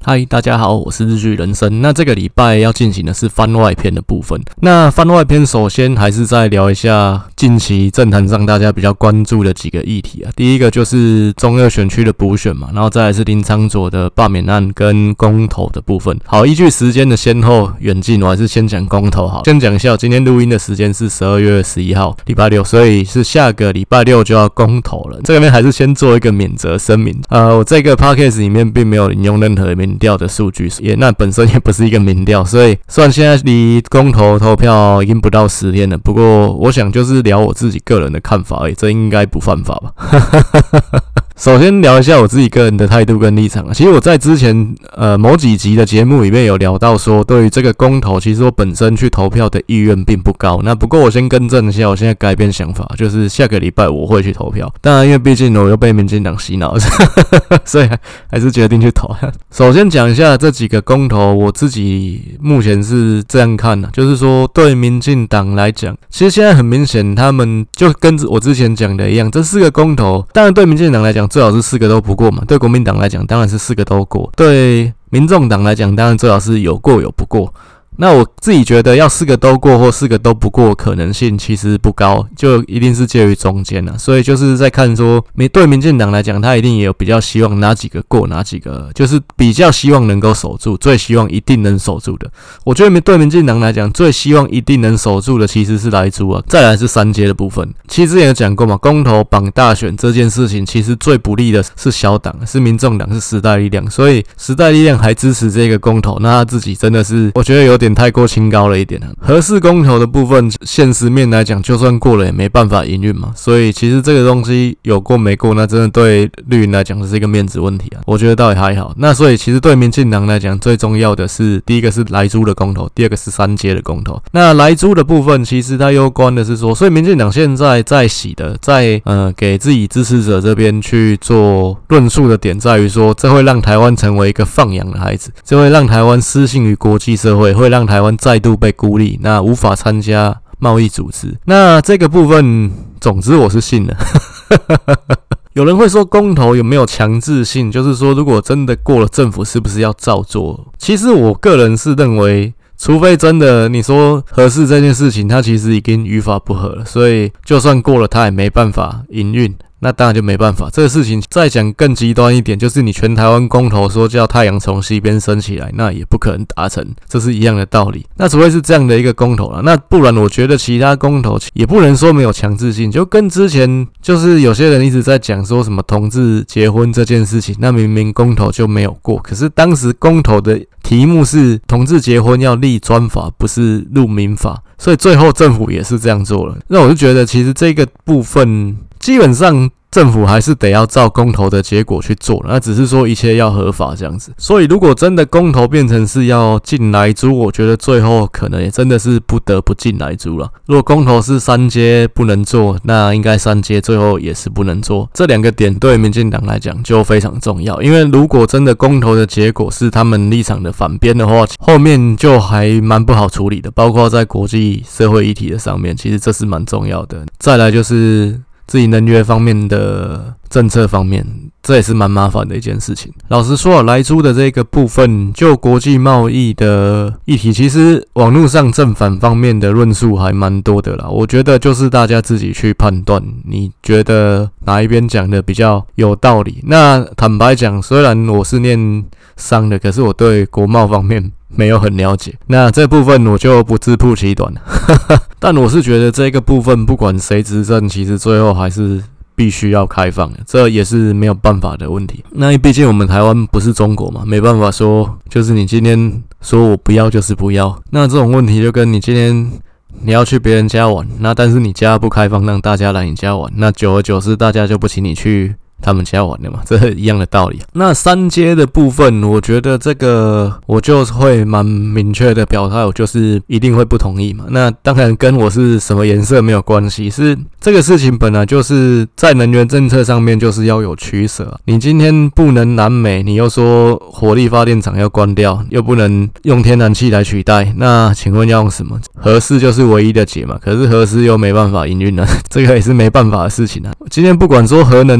嗨，大家好，我是日剧人生。那这个礼拜要进行的是番外篇的部分。那番外篇首先还是再聊一下近期政坛上大家比较关注的几个议题啊。第一个就是中二选区的补选嘛，然后再来是林昶佐的罢免案跟公投的部分。好，依据时间的先后远近，我还是先讲公投好。先讲一下，我今天录音的时间是12月11号，礼拜六，所以是下个礼拜六就要公投了。这边还是先做一个免责声明。我这个 podcast 里面并没有引用任何民调的数据，那本身也不是一个民调，所以虽然现在离公投投票已经不到10天了，不过我想就是聊我自己个人的看法而已，这应该不犯法吧？首先聊一下我自己个人的态度跟立场啊。其实我在之前某几集的节目里面有聊到说，对于这个公投，其实我本身去投票的意愿并不高。那不过我先更正一下，我现在改变想法，就是下个礼拜我会去投票。当然，因为毕竟我又被民进党洗脑了，所以还是决定去投。首先讲一下这几个公投，我自己目前是这样看的，就是说对民进党来讲，其实现在很明显，他们就跟我之前讲的一样，这4个公投，当然对民进党来讲最好是4个都不过嘛，对国民党来讲当然是4个都过，对民众党来讲当然最好是有过有不过。那我自己觉得要4个都过或4个都不过可能性其实不高，就一定是介于中间啦。所以就是在看说，对民进党来讲，他一定也有比较希望哪几个过，哪几个就是比较希望能够守住，最希望一定能守住的。我觉得对民进党来讲，最希望一定能守住的其实是莱猪啊，再来是3阶的部分。其实之前有讲过嘛，公投绑大选这件事情，其实最不利的是小党，是民众党，是时代力量。所以时代力量还支持这个公投，那他自己真的是，我觉得有点太过清高了一点。核四公投的部分，现实面来讲，就算过了也没办法营运嘛。所以其实这个东西有过没过，那真的对绿营来讲是一个面子问题啊。我觉得倒也还好。那所以其实对民进党来讲，最重要的是第一个是莱猪的公投，第二个是3阶的公投。那莱猪的部分，其实它攸关的是说，所以民进党现在在洗的，在给自己支持者这边去做论述的点，在于说，这会让台湾成为一个放养的孩子，这会让台湾失信于国际社会，会让台湾再度被孤立，那无法参加贸易组织。那这个部分，总之我是信的。有人会说公投有没有强制性，就是说如果真的过了，政府是不是要照做？其实我个人是认为，除非真的你说核四这件事情，它其实已经于法不合了，所以就算过了，它也没办法营运。那当然就没办法，这个事情再讲更极端一点，就是你全台湾公投说叫太阳从西边升起来，那也不可能达成，这是一样的道理。那除非是这样的一个公投啦，那不然我觉得其他公投也不能说没有强制性，就跟之前就是有些人一直在讲说什么同志结婚这件事情，那明明公投就没有过，可是当时公投的题目是同志结婚要立专法，不是入民法，所以最后政府也是这样做了。那我就觉得其实这个部分基本上政府还是得要照公投的结果去做了，那只是说一切要合法这样子。所以如果真的公投变成是要进莱猪，我觉得最后可能也真的是不得不进莱猪了。如果公投是3阶不能做，那应该3阶最后也是不能做。这2个点对民进党来讲就非常重要，因为如果真的公投的结果是他们立场的反边的话，后面就还蛮不好处理的，包括在国际社会议题的上面，其实这是蛮重要的。再来就是自己能源方面的政策方面，这也是蛮麻烦的一件事情。老实说，莱猪的这个部分，就国际贸易的议题，其实网络上正反方面的论述还蛮多的啦。我觉得就是大家自己去判断，你觉得哪一边讲的比较有道理。那坦白讲，虽然我是念商的，可是我对国贸方面没有很了解，那这部分我就不自曝其短了。但我是觉得这个部分不管谁执政，其实最后还是必须要开放的，这也是没有办法的问题。那毕竟我们台湾不是中国嘛，没办法说就是你今天说我不要就是不要。那这种问题就跟你今天你要去别人家玩，那但是你家不开放让大家来你家玩，那久而久之大家就不请你去他们家玩的嘛，这一样的道理。那3阶的部分，我觉得这个我就会蛮明确的表态，我就是一定会不同意嘛。那当然跟我是什么颜色没有关系，是这个事情本来就是在能源政策上面就是要有取舍啊。你今天不能燃煤，你又说火力发电厂要关掉，又不能用天然气来取代，那请问要用什么？核四就是唯一的解嘛，可是核四又没办法营运了，这个也是没办法的事情啊。今天不管说核能的部分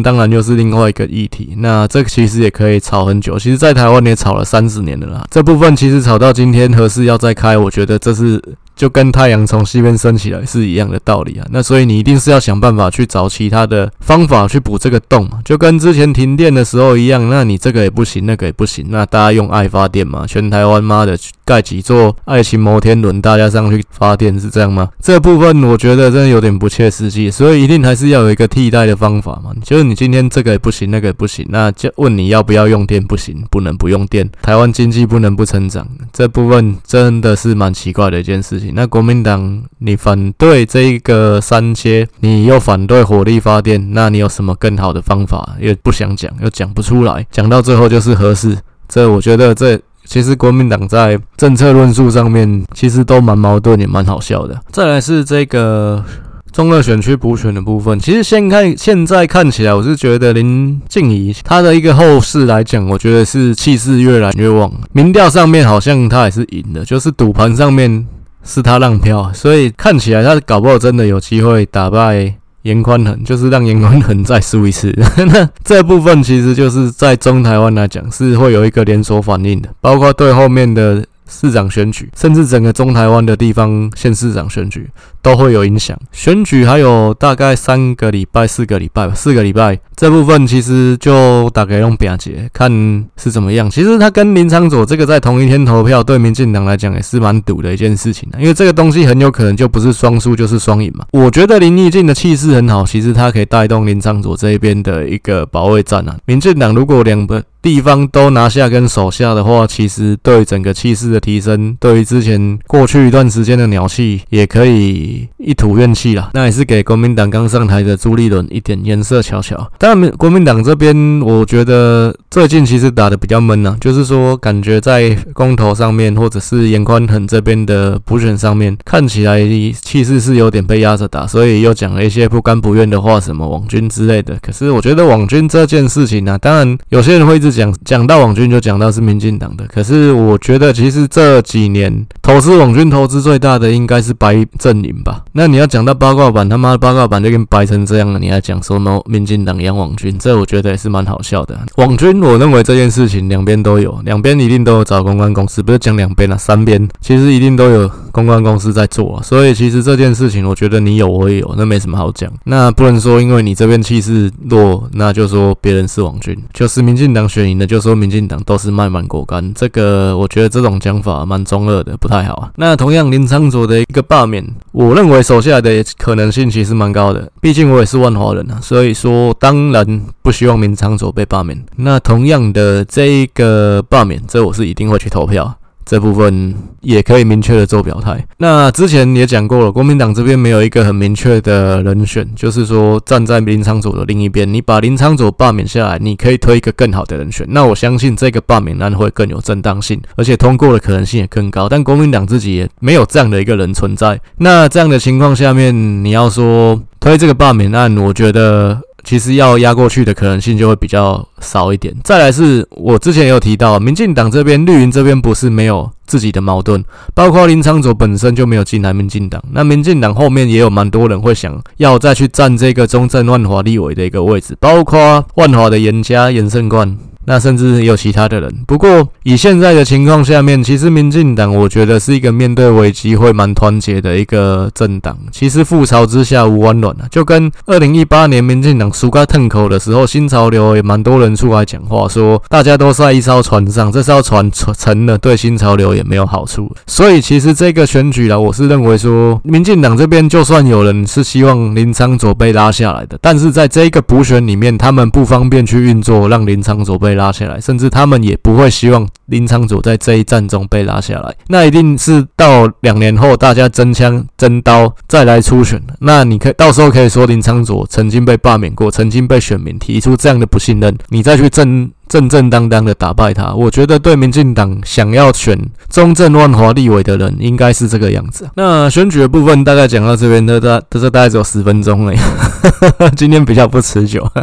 当然又是另外一个议题。那这个其实也可以吵很久，其实在台湾也吵了30年了啦。这部分其实吵到今天核四要再开，我觉得这是就跟太阳从西边升起来是一样的道理啊。那所以你一定是要想办法去找其他的方法去补这个洞嘛，就跟之前停电的时候一样。那你这个也不行，那个也不行，那大家用爱发电嘛，全台湾妈的盖几座爱情摩天轮，大家上去发电是这样吗？这部分我觉得真的有点不切实际，所以一定还是要有一个替代的方法嘛。就是你今天这个也不行，那个也不行，那就问你要不要用电，不行，不能不用电。台湾经济不能不成长，这部分真的是蛮奇怪的一件事情。那国民党你反对这个三阶，你又反对火力发电，那你有什么更好的方法？也不想讲，又讲不出来，讲到最后就是核四。这我觉得其实国民党在政策论述上面其实都蛮矛盾，也蛮好笑的。再来是这个中二选区补选的部分，其实现在看起来，我是觉得林静仪他的一个后市来讲，我觉得是气势越来越旺。民调上面好像他也是赢的，就是赌盘上面是他让票，所以看起来他搞不好真的有机会打败严宽恒，就是让严宽恒再输一次。那这部分其实就是在中台湾来讲是会有一个连锁反应的，包括对后面的市长选举，甚至整个中台湾的地方县市长选举都会有影响。选举还有大概4个礼拜，这部分其实就大概用表决看是怎么样。其实他跟林昶佐这个在同一天投票，对民进党来讲也是蛮赌的一件事情，因为这个东西很有可能就不是双输就是双赢嘛。我觉得林义进的气势很好，其实他可以带动林昶佐这一边的一个保卫战啊。民进党如果两个地方都拿下跟守下的话，其实对整个气势的提升，对于之前过去一段时间的鸟气也可以一吐怨气啦。那也是给国民党刚上台的朱立伦一点颜色瞧瞧。当然国民党这边我觉得最近其实打得比较闷啊，就是说感觉在公投上面或者是严宽恒这边的补选上面，看起来气势是有点被压着打，所以又讲了一些不甘不愿的话，什么网军之类的。可是我觉得网军这件事情啊，当然有些人会一直讲到网军就讲到是民进党的，可是我觉得其实这几年投资网军投资最大的应该是白阵营吧。那你要讲到八卦版，他妈的八卦版就跟白成这样了，你还讲说民进党养网军，这我觉得也是蛮好笑的。网军我认为这件事情两边都有，两边一定都有找公关公司，不是讲两边啊，3边其实一定都有公关公司在做啊。所以其实这件事情我觉得你有我也有，那没什么好讲。那不能说因为你这边气势弱，那就说别人是网军，就是民进党选赢的就说民进党都是卖满果干，这个我觉得这种讲法蛮中二的，不太好啊。那同样林昶佐的一个罢免，我认为守下来的可能性其实蛮高的，毕竟我也是万华人啊，所以说当然不希望林昶佐被罢免。那同样的这一个罢免，这我是一定会去投票。这部分也可以明确的做表态。那之前也讲过了，国民党这边没有一个很明确的人选，就是说站在林昶佐的另一边，你把林昶佐罢免下来，你可以推一个更好的人选。那我相信这个罢免案会更有正当性，而且通过的可能性也更高。但国民党自己也没有这样的一个人存在。那这样的情况下面，你要说推这个罢免案，我觉得其实要压过去的可能性就会比较少一点。再来是我之前也有提到，民进党这边、绿营这边不是没有自己的矛盾，包括林昶佐本身就没有进来民进党。那民进党后面也有蛮多人会想要再去占这个中正万华立委的一个位置，包括万华的严家、严胜冠。那甚至也有其他的人。不过以现在的情况下面，其实民进党我觉得是一个面对危机会蛮团结的一个政党。其实覆巢之下无完卵啊，就跟2018年民进党输到痛口的时候，新潮流也蛮多人出来讲话，说大家都在一艘船上，这艘船沉了，对新潮流也没有好处。所以其实这个选举啦，我是认为说，民进党这边就算有人是希望林昶佐被拉下来的，但是在这个补选里面，他们不方便去运作，让林昶佐被拉下来，甚至他们也不会希望林昶佐在这一战中被拉下来。那一定是到2年后大家真枪真刀再来初选，那你可以到时候可以说林昶佐曾经被罢免过，曾经被选民提出这样的不信任，你再去正当的打败他，我觉得对民进党想要选中正万华立委的人应该是这个样子。那选举的部分大概讲到这边，这大概只有10分钟而已今天比较不持久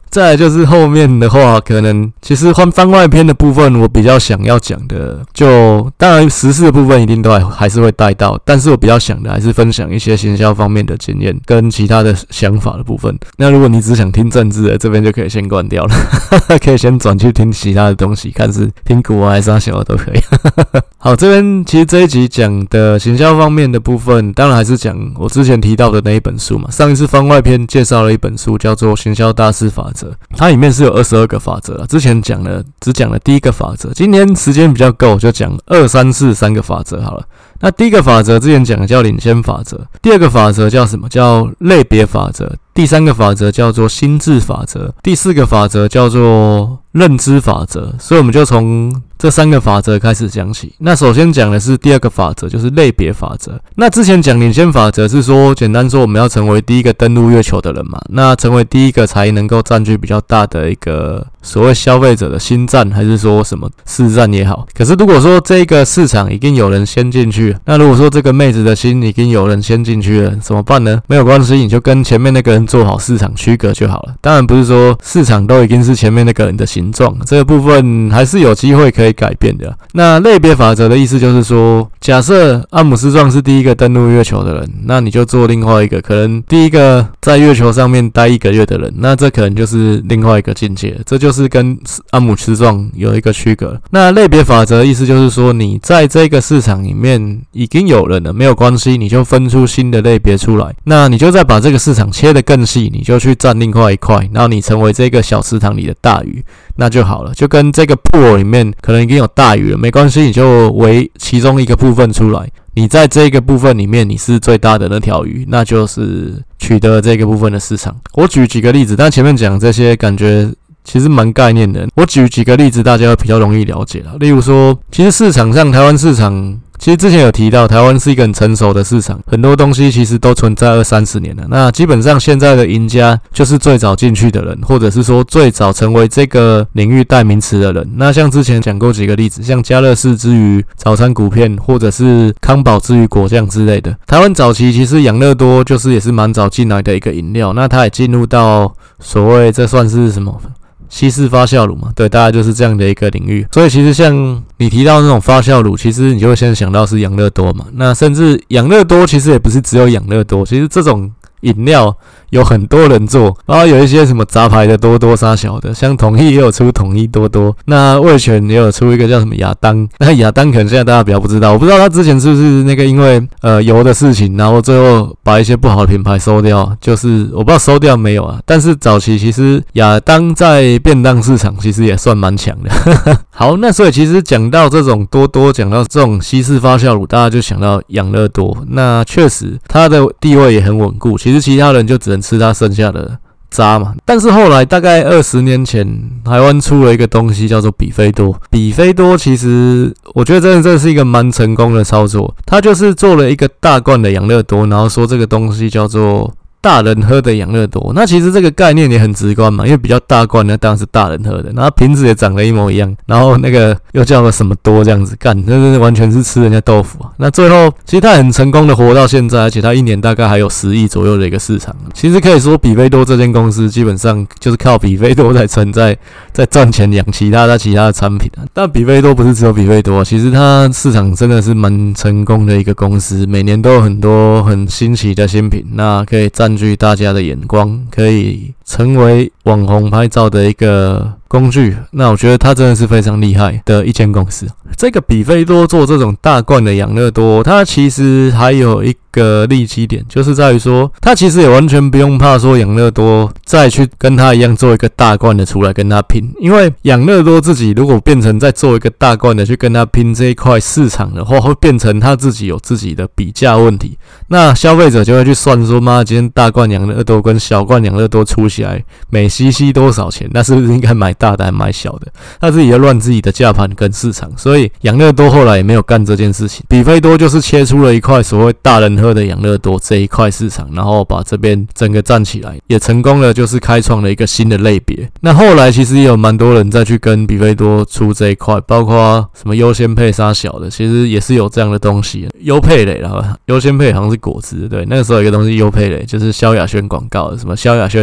再来就是后面的话，可能其实番外篇的部分，我比较想要讲的，就当然时事的部分一定都还是会带到，但是我比较想的还是分享一些行销方面的经验跟其他的想法的部分。那如果你只想听政治的，这边就可以先关掉了，可以先转去听其他的东西，看是听古玩还是啥小的都可以。好，这边其实这一集讲的行销方面的部分，当然还是讲我之前提到的那一本书嘛。上一次番外篇介绍了一本书，叫做《行销大师法则》，它里面是有22个法则啦。之前只讲了第一个法则，今天时间比较够，就讲2、3、4 3个法则好了。那第一个法则之前讲的叫领先法则，第二个法则叫什么？叫类别法则。第三个法则叫做心智法则，第四个法则叫做认知法则。所以我们就从这3个法则开始讲起。那首先讲的是第2个法则，就是类别法则。那之前讲领先法则是说，简单说我们要成为第一个登陆月球的人嘛，那成为第一个才能够占据比较大的一个所谓消费者的心占，还是说什么市占也好。可是如果说这个市场已经有人先进去，那如果说这个妹子的心已经有人先进去了，怎么办呢？没有关系，你就跟前面那个人做好市场区隔就好了。当然不是说市场都已经是前面那个人的形状，这个部分还是有机会可以改变的。那类别法则的意思就是说，假设阿姆斯壮是第一个登陆月球的人，那你就做另外一个可能第一个在月球上面待1个月的人，那这可能就是另外一个境界，这就是跟阿姆斯壮有一个区隔。那类别法则的意思就是说，你在这个市场里面已经有人了，没有关系，你就分出新的类别出来，那你就再把这个市场切得更细，你就去占另外一块，然后你成为这个小池塘里的大鱼，那就好了。就跟这个 pool 里面可能已经有大鱼了，没关系，你就围其中一个部分出来，你在这个部分里面你是最大的那条鱼，那就是取得这个部分的市场。我举几个例子，但前面讲这些感觉其实蛮概念的，我举几个例子大家会比较容易了解啦。例如说，其实市场上台湾市场其实之前有提到，台湾是一个很成熟的市场，很多东西其实都存在20-30年了。那基本上现在的赢家就是最早进去的人，或者是说最早成为这个领域代名词的人。那像之前讲过几个例子，像家乐氏之于早餐谷片，或者是康宝之于果酱之类的。台湾早期其实养乐多就是也是蛮早进来的一个饮料，那它也进入到所谓这算是什么？西式发酵乳嘛，对，大概就是这样的一个领域。所以其实像你提到那种发酵乳，其实你就会先想到是养乐多嘛。那甚至养乐多其实也不是只有养乐多，其实这种饮料有很多人做，然后有一些什么杂牌的多多沙小的，像统一也有出统一多多，那味全也有出一个叫什么亚当，那亚当可能现在大家比较不知道，我不知道他之前是不是那个因为油的事情，然后最后把一些不好的品牌收掉，就是我不知道收掉没有啊，但是早期其实亚当在便当市场其实也算蛮强的。好，那所以其实讲到这种多多，讲到这种西式发酵乳，大家就想到养乐多，那确实它的地位也很稳固，其实其他人就只能吃它剩下的渣嘛。但是后来大概20年前，台湾出了一个东西叫做比菲多。比菲多其实我觉得真的是一个蛮成功的操作，它就是做了一个大罐的养乐多，然后说这个东西叫做大人喝的养乐多。那其实这个概念也很直观嘛，因为比较大罐，那当然是大人喝的，然后瓶子也长得一模一样，然后那个又叫个什么多这样子，干，那完全是吃人家豆腐啊。那最后其实他很成功的活到现在，而且他一年大概还有10亿左右的一个市场。其实可以说比菲多这间公司基本上就是靠比菲多在赚钱养其他的产品啊。但比菲多不是只有比菲多，其实它市场真的是蛮成功的一个公司，每年都有很多很新奇的新品，那可以占据大家的眼光，可以成为网红拍照的一个工具。那我觉得它真的是非常厉害的一间公司。这个比菲多做这种大罐的养乐多，它其实还有一个利基点，就是在于说它其实也完全不用怕说养乐多再去跟它一样做一个大罐的出来跟它拼，因为养乐多自己如果变成再做一个大罐的去跟它拼这一块市场的话，会变成它自己有自己的比价问题。那消费者就会去算说，妈，今天大罐养乐多跟小罐养乐多出起来每 cc 多少钱，那是不是应该买大的还买小的？他自己要乱自己的价盘跟市场，所以养乐多后来也没有干这件事情。比菲多就是切出了一块所谓大人喝的养乐多这一块市场，然后把这边整个站起来，也成功了，就是开创了一个新的类别。那后来其实也有蛮多人再去跟比菲多出这一块，包括什么优先配沙小的，其实也是有这样的东西。优配蕾啦，优先配好像是果汁，对，那个时候有一个东西优配蕾，就是萧亚轩广告的，什么萧亚轩好美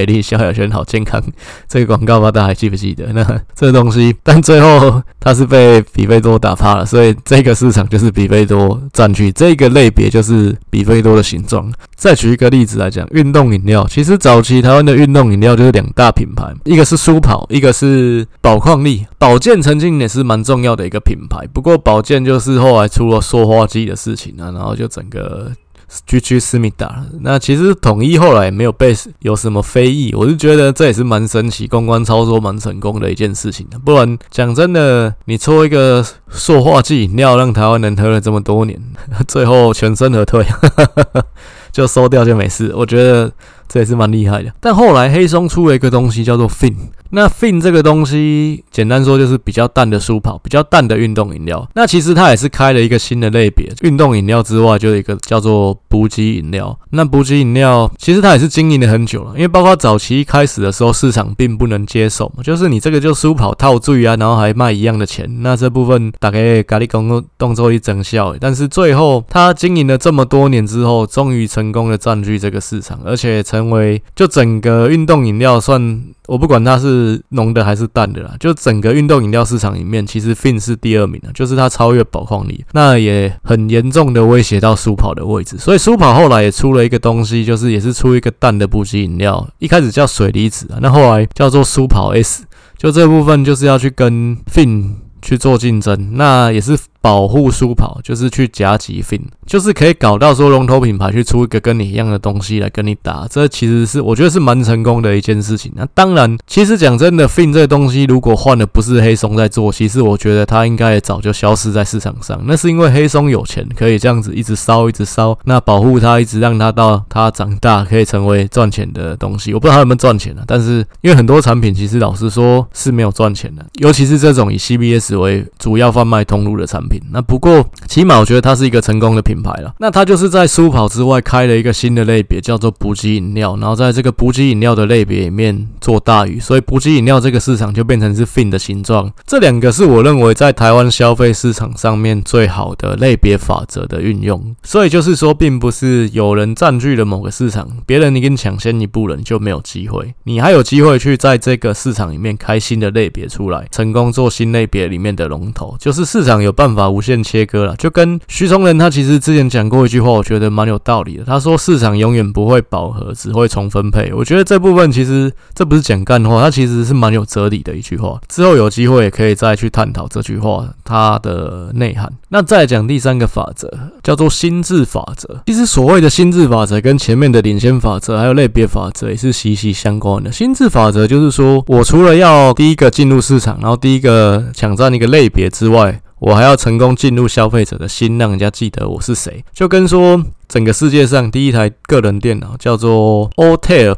美丽，萧亚轩好健康。这个广告吧，大家还记不记得？那这个东西，但最后它是被比菲多打趴了，所以这个市场就是比菲多占据，这个类别就是比菲多的形状。再举一个例子来讲，运动饮料，其实早期台湾的运动饮料就是2大品牌，一个是舒跑，一个是宝矿力。宝健曾经也是蛮重要的一个品牌，不过宝健就是后来出了塑化剂的事情啊，然后就整个GG 思密达。那其实统一后来也没有被有什么非议，我是觉得这也是蛮神奇，公关操作蛮成功的一件事情的。不然讲真的，你出一个塑化剂饮料让台湾人喝了这么多年，最后全身而退就收掉就没事，我觉得这也是蛮厉害的。但后来黑松出了一个东西叫做 Fin， 那 Fin 这个东西简单说就是比较淡的舒跑，比较淡的运动饮料。那其实它也是开了一个新的类别，运动饮料之外就有一个叫做补给饮料。那补给饮料其实它也是经营了很久了，因为包括早期一开始的时候市场并不能接受嘛，就是你这个就舒跑套罪啊，然后还卖一样的钱，那这部分大概咖喱工动作一整效。但是最后它经营了这么多年之后，终于成功的占据这个市场，而且成为就整个运动饮料算，我不管它是浓的还是淡的啦，就整个运动饮料市场里面，其实 Fin 是第2名，就是它超越宝矿力，那也很严重的威胁到舒跑的位置。所以舒跑后来也出了一个东西，就是也是出一个淡的补给饮料，一开始叫水离子啊，那后来叫做舒跑 S， 就这部分就是要去跟 Fin 去做竞争，那也是保护舒跑，就是去夹击 Fin， 就是可以搞到说龙头品牌去出一个跟你一样的东西来跟你打，这其实是我觉得是蛮成功的一件事情。那当然，其实讲真的 ，Fin 这个东西如果换的不是黑松在做，其实我觉得它应该也早就消失在市场上。那是因为黑松有钱，可以这样子一直烧，一直烧，那保护它，一直让它到它长大，可以成为赚钱的东西。我不知道它有没有赚钱啊，但是因为很多产品其实老实说是没有赚钱的，尤其是这种以 CBS 为主要贩卖通路的产品。那不过起码我觉得它是一个成功的品牌了。那它就是在舒跑之外开了一个新的类别，叫做补给饮料，然后在这个补给饮料的类别里面做大鱼，所以补给饮料这个市场就变成是 Fin 的形状。这2个是我认为在台湾消费市场上面最好的类别法则的运用。所以就是说，并不是有人占据了某个市场，别人你跟你抢先一步了，你就没有机会，你还有机会去在这个市场里面开新的类别出来，成功做新类别里面的龙头，就是市场有办法无限切割了。就跟徐崇仁他其实之前讲过一句话，我觉得蛮有道理的。他说市场永远不会饱和，只会重分配。我觉得这部分其实这不是讲干话，它其实是蛮有哲理的一句话。之后有机会也可以再去探讨这句话它的内涵。那再来讲第3个法则，叫做心智法则。其实所谓的心智法则跟前面的领先法则还有类别法则也是息息相关的。心智法则就是说，我除了要第一个进入市场，然后第一个抢占一个类别之外，我还要成功进入消费者的心，让人家记得我是谁。就跟说整个世界上第一台个人电脑叫做 Altair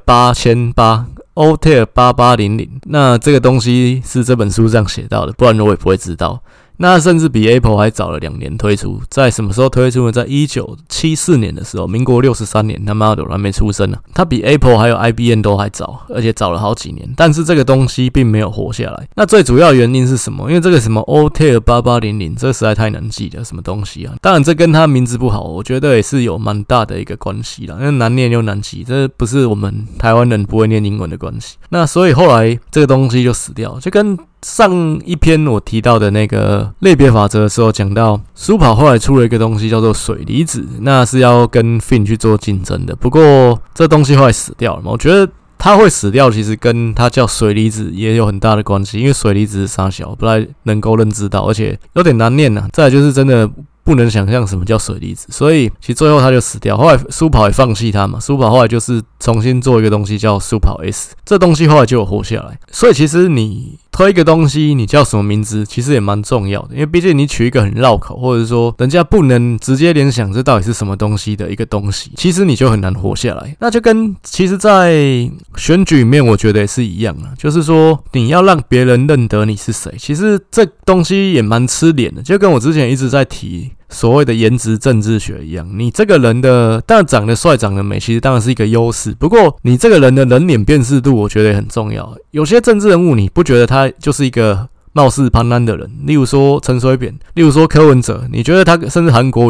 8800，Altair 8800，那这个东西是这本书上写到的，不然我也不会知道。那甚至比 Apple 还早了2年推出，在什么时候推出呢？在1974年的时候，民国63年，他妈的我还没出生呢。它比 Apple 还有 IBM 都还早，而且早了好几年。但是这个东西并没有活下来。那最主要原因是什么？因为这个什么 Altair 8800，这实在太难记了，什么东西啊？当然这跟它名字不好，我觉得也是有蛮大的一个关系啦。因为难念又难记，这不是我们台湾人不会念英文的关系。那所以后来这个东西就死掉，就跟上一篇我提到的那个类别法则的时候讲到，舒跑后来出了一个东西叫做水离子，那是要跟 Fin 去做竞争的。不过这东西后来死掉了嘛，我觉得它会死掉，其实跟它叫水离子也有很大的关系，因为水离子是啥小，不太能够认知到，而且有点难念啊。再来就是真的不能想象什么叫水离子，所以其实最后它就死掉。后来舒跑也放弃它嘛，舒跑后来就是重新做一个东西叫舒跑 S， 这东西后来就有活下来。所以其实你推一个东西，你叫什么名字，其实也蛮重要的，因为毕竟你取一个很绕口，或者说人家不能直接联想这到底是什么东西的一个东西，其实你就很难活下来。那就跟其实在选举里面，我觉得也是一样啊，就是说你要让别人认得你是谁，其实这东西也蛮吃脸的，就跟我之前一直在提所谓的颜值政治学一样，你这个人的当然长得帅长得美其实当然是一个优势，不过你这个人的人脸辨识度我觉得也很重要。有些政治人物你不觉得他就是一个貌似潘安的人，例如说陈水扁，例如说柯文哲，你觉得他甚至韩国瑜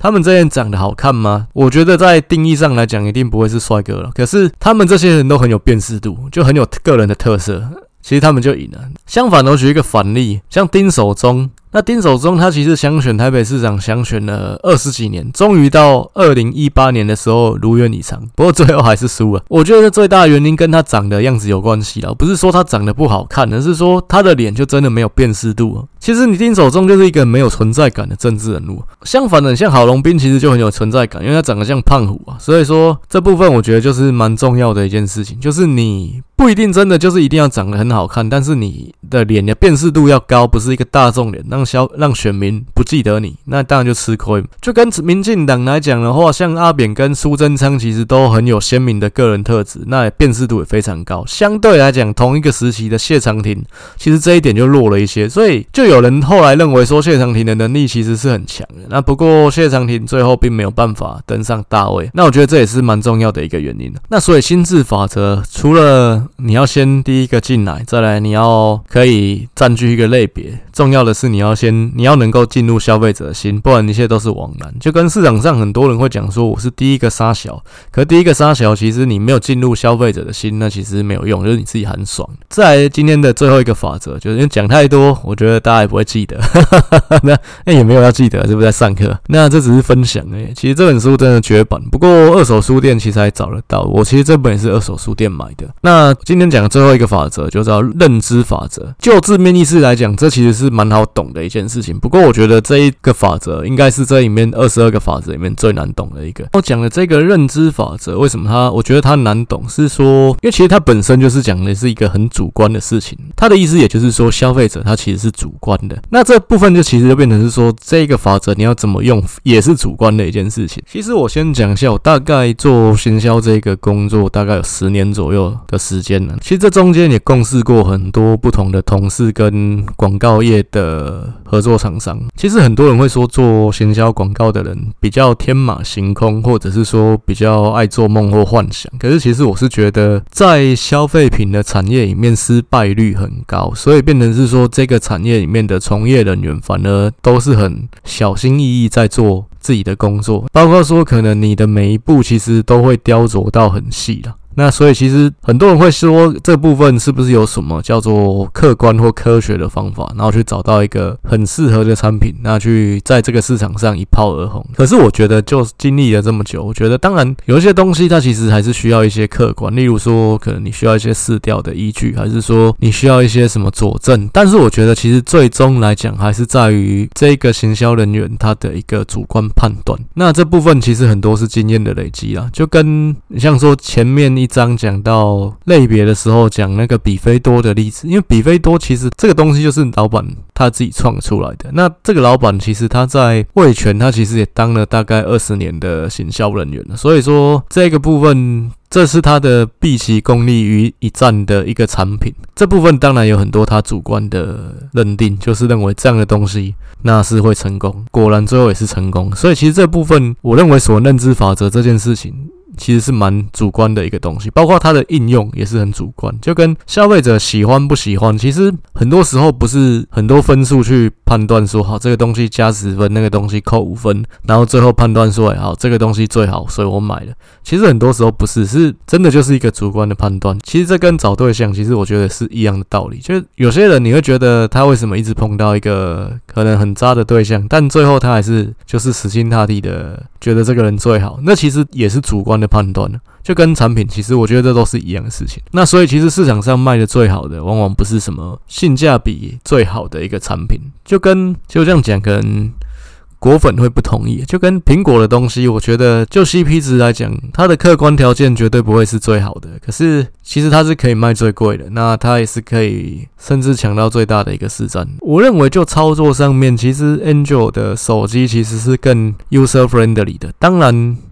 他们这些人长得好看吗？我觉得在定义上来讲，一定不会是帅哥了。可是他们这些人都很有辨识度，就很有个人的特色，其实他们就赢了。相反，我举一个反例，像丁守中。那丁守中他其实想选台北市长，想选了20几年，终于到2018年的时候如愿以偿，不过最后还是输了。我觉得最大的原因跟他长的样子有关系啦，不是说他长得不好看，而是说他的脸就真的没有辨识度啊。其实你丁守中就是一个没有存在感的政治人物，相反的，像郝龙斌其实就很有存在感，因为他长得像胖虎啊。所以说这部分我觉得就是蛮重要的一件事情，就是你不一定真的就是一定要长得很好看，但是你的脸的辨识度要高，不是一个大众脸，让选民不记得你，那当然就吃亏。就跟民进党来讲的话，像阿扁跟苏贞昌其实都很有鲜明的个人特质，那辨识度也非常高。相对来讲，同一个时期的谢长廷，其实这一点就弱了一些，所以就有人后来认为说谢长廷的能力其实是很强的。那不过谢长廷最后并没有办法登上大位，那我觉得这也是蛮重要的一个原因。那所以心智法则，除了你要先第一个进来，再来你要可以占据一个类别，重要的是你要能够进入消费者的心，不然一切都是枉然。就跟市场上很多人会讲说我是第一个杀小，可第一个杀小其实你没有进入消费者的心，那其实没有用，就是你自己很爽。再来今天的最后一个法则，就是因为讲太多，我觉得大家也不会记得，那也没有要记得，是不是在上课？那这只是分享而已。其实这本书真的绝版，不过二手书店其实还找得到。我其实这本也是二手书店买的。那今天讲的最后一个法则就叫认知法则。就字面意思来讲，这其实是蛮好懂的一件事情。不过我觉得这一个法则应该是这里面22个法则里面最难懂的一个。我讲的这个认知法则，为什么我觉得它难懂，是说因为其实它本身就是讲的是一个很主观的事情。它的意思也就是说，消费者他其实是主观的。那这部分就其实就变成是说，这个法则你要怎么用，也是主观的一件事情。其实我先讲一下，我大概做行销这个工作大概有10年左右的时间了。其实这中间也共事过很多不同的同事跟广告业的合作厂商。其实很多人会说做行销广告的人比较天马行空，或者是说比较爱做梦或幻想。可是其实我是觉得在消费品的产业里面失败率很高，所以变成是说这个产业里面的从业人员反而都是很小心翼翼在做自己的工作，包括说可能你的每一步其实都会雕琢到很细啦。那所以其实很多人会说这部分是不是有什么叫做客观或科学的方法，然后去找到一个很适合的产品，那去在这个市场上一炮而红。可是我觉得就经历了这么久，我觉得当然有一些东西它其实还是需要一些客观，例如说可能你需要一些市调的依据，还是说你需要一些什么佐证。但是我觉得其实最终来讲还是在于这个行销人员他的一个主观判断。那这部分其实很多是经验的累积啦，就跟你像说前面一章讲到类别的时候，讲那个比菲多的例子，因为比菲多其实这个东西就是老板他自己创出来的。那这个老板其实他在味全，他其实也当了大概20年的行销人员了，所以说这个部分这是他的毕其功力于一战的一个产品。这部分当然有很多他主观的认定，就是认为这样的东西那是会成功，果然最后也是成功。所以其实这部分我认为所认知法则这件事情其实是蛮主观的一个东西，包括它的应用也是很主观，就跟消费者喜欢不喜欢，其实很多时候不是很多分数去判断说好这个东西加10分，那个东西扣5分，然后最后判断说好这个东西最好，所以我买了。其实很多时候不是，是真的就是一个主观的判断。其实这跟找对象其实我觉得是一样的道理，就是有些人你会觉得他为什么一直碰到一个可能很渣的对象，但最后他还是就是死心塌地的觉得这个人最好，那其实也是主观的判断了。就跟产品其实我觉得这都是一样的事情。那所以其实市场上卖的最好的往往不是什么性价比最好的一个产品，就这样讲可能果粉会不同意，就跟苹果的东西，我觉得就 CP 值来讲，它的客观条件绝对不会是最好的，可是其实它是可以卖最贵的，那它也是可以甚至抢到最大的一个市占。我认为就操作上面，其实 Angel 的手机其实是更 user friendly 的，当然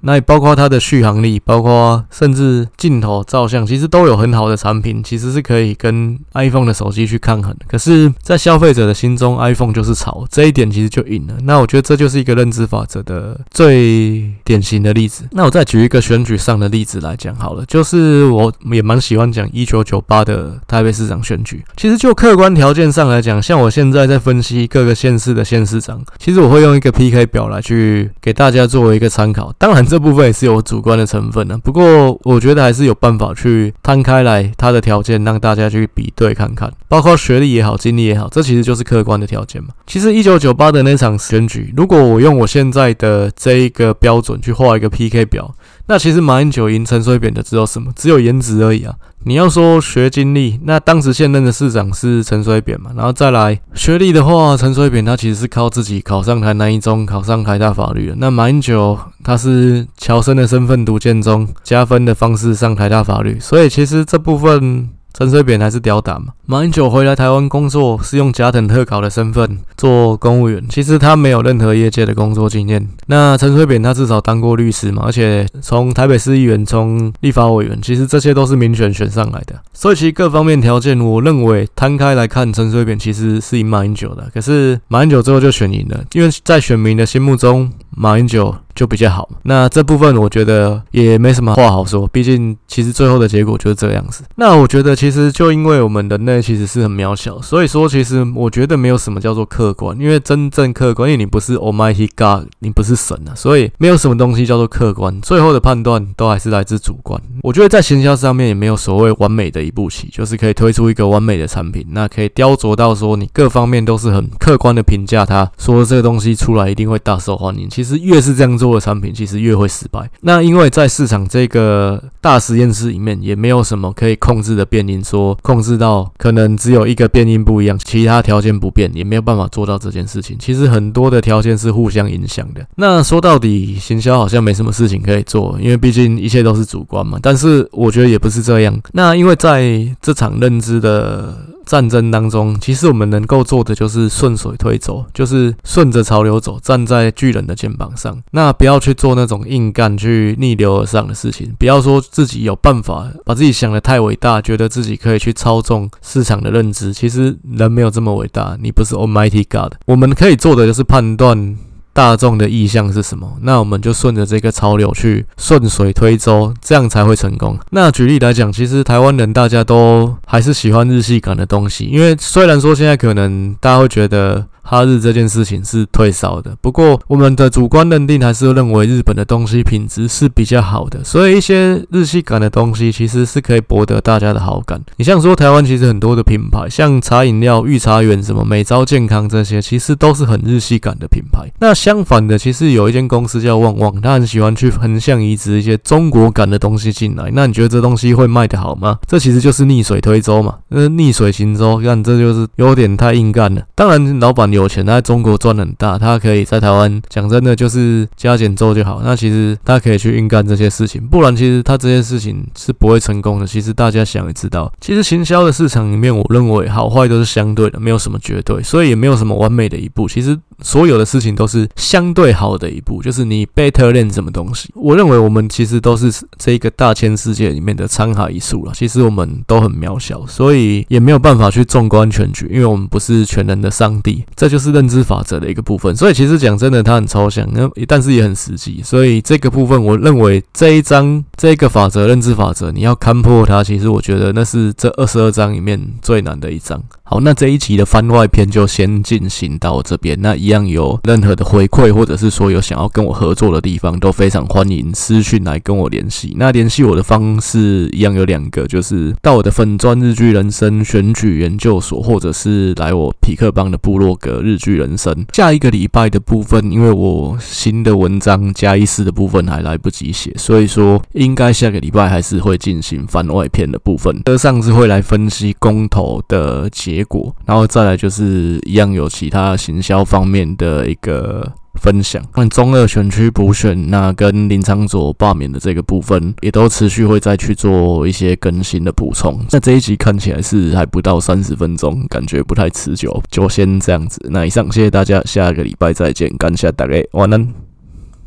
那也包括它的续航力，包括甚至镜头、照相，其实都有很好的产品，其实是可以跟 iPhone 的手机去抗衡的。可是，在消费者的心中 ，iPhone 就是潮，这一点其实就赢了。那我觉得这就是一个认知法则的最典型的例子。那我再举一个选举上的例子来讲好了，就是我也蛮喜欢讲1998的台北市长选举。其实就客观条件上来讲，像我现在在分析各个县市的县市长，其实我会用一个 PK 表来去给大家作为一个参考。当然这部分也是有主观的成分的，不过我觉得还是有办法去摊开来它的条件，让大家去比对看看，包括学历也好、经历也好，这其实就是客观的条件嘛。其实1998的那场选举，如果我用我现在的这一个标准去画一个 PK 表，那其实马英九赢陈水扁的只有什么？只有颜值而已啊。你要说学经历，那当时现任的市长是陈水扁嘛，然后再来学历的话，陈水扁他其实是靠自己考上台南一中，考上台大法律的。那马英九他是侨生的身份读建中，加分的方式上台大法律，所以其实这部分陈水扁还是屌打嘛。马英九回来台湾工作是用甲等特考的身份做公务员，其实他没有任何业界的工作经验。那陈水扁他至少当过律师嘛，而且从台北市议员、从立法委员，其实这些都是民选选上来的。所以其实各方面条件，我认为摊开来看，陈水扁其实是赢马英九的。可是马英九最后就选赢了，因为在选民的心目中，马英九就比较好。那这部分我觉得也没什么话好说，毕竟其实最后的结果就是这个样子。那我觉得其实就因为我们人类其实是很渺小，所以说其实我觉得没有什么叫做客观，因为真正客观，因为你不是 Almighty God， 你不是神啊，所以没有什么东西叫做客观，最后的判断都还是来自主观。我觉得在行销上面也没有所谓完美的一步棋，就是可以推出一个完美的产品，那可以雕琢到说你各方面都是很客观的评价它，说这个东西出来一定会大受欢迎。其实越是这样做的产品，其实越会失败。那因为在市场这个大实验室里面，也没有什么可以控制的变因，说控制到可能只有一个变因不一样，其他条件不变，也没有办法做到这件事情。其实很多的条件是互相影响的。那说到底，行销好像没什么事情可以做，因为毕竟一切都是主观嘛。但是我觉得也不是这样。那因为在这场认知的战争当中，其实我们能够做的就是顺水推舟，就是顺着潮流走，站在巨人的肩膀上。那不要去做那种硬干去逆流而上的事情，不要说自己有办法，把自己想得太伟大，觉得自己可以去操纵市场的认知。其实人没有这么伟大，你不是 Almighty God。我们可以做的就是判断大众的意向是什么，那我们就顺着这个潮流去顺水推舟，这样才会成功。那举例来讲，其实台湾人大家都还是喜欢日系感的东西，因为虽然说现在可能大家会觉得哈日这件事情是退烧的，不过我们的主观认定还是认为日本的东西品质是比较好的，所以一些日系感的东西其实是可以博得大家的好感。你像说台湾其实很多的品牌，像茶饮料、御茶园、什么美招健康这些，其实都是很日系感的品牌。那相反的，其实有一间公司叫旺旺，他很喜欢去横向移植一些中国感的东西进来。那你觉得这东西会卖得好吗？这其实就是逆水推舟嘛，逆水行舟，看这就是有点太硬干了。当然老板有钱，他在中国赚很大，他可以在台湾讲真的就是加减做就好。那其实他可以去硬干这些事情，不然其实他这些事情是不会成功的。其实大家想也知道，其实行销的市场里面，我认为好坏都是相对的，没有什么绝对，所以也没有什么完美的一步。其实所有的事情都是相对好的一步，就是你 better than 什么东西。我认为我们其实都是这一个大千世界里面的沧海一粟啦，其实我们都很渺小，所以也没有办法去纵观全局，因为我们不是全能的上帝，这就是认知法则的一个部分。所以其实讲真的，它很抽象，但是也很实际。所以这个部分，我认为这一章这个法则，认知法则，你要看破它，其实我觉得那是这22章里面最难的一章。好，那这一集的番外篇就先进行到这边。那一样有任何的回馈，或者是说有想要跟我合作的地方，都非常欢迎私讯来跟我联系。那联系我的方式一样有2个，就是到我的粉专日剧人生选举研究所，或者是来我匹克邦的部落格日剧人生。下一个礼拜的部分，因为我新的文章加1/4的部分还来不及写，所以说应该下个礼拜还是会进行番外篇的部分。上次会来分析公投的结果，然后再来就是一样有其他行销方面的一个分享。中二选区补选，那跟林昶佐罢免的这个部分，也都持续会再去做一些更新的补充。那这一集看起来是还不到30分钟，感觉不太持久，就先这样子。那以上，谢谢大家，下个礼拜再见，感谢大家，晚安。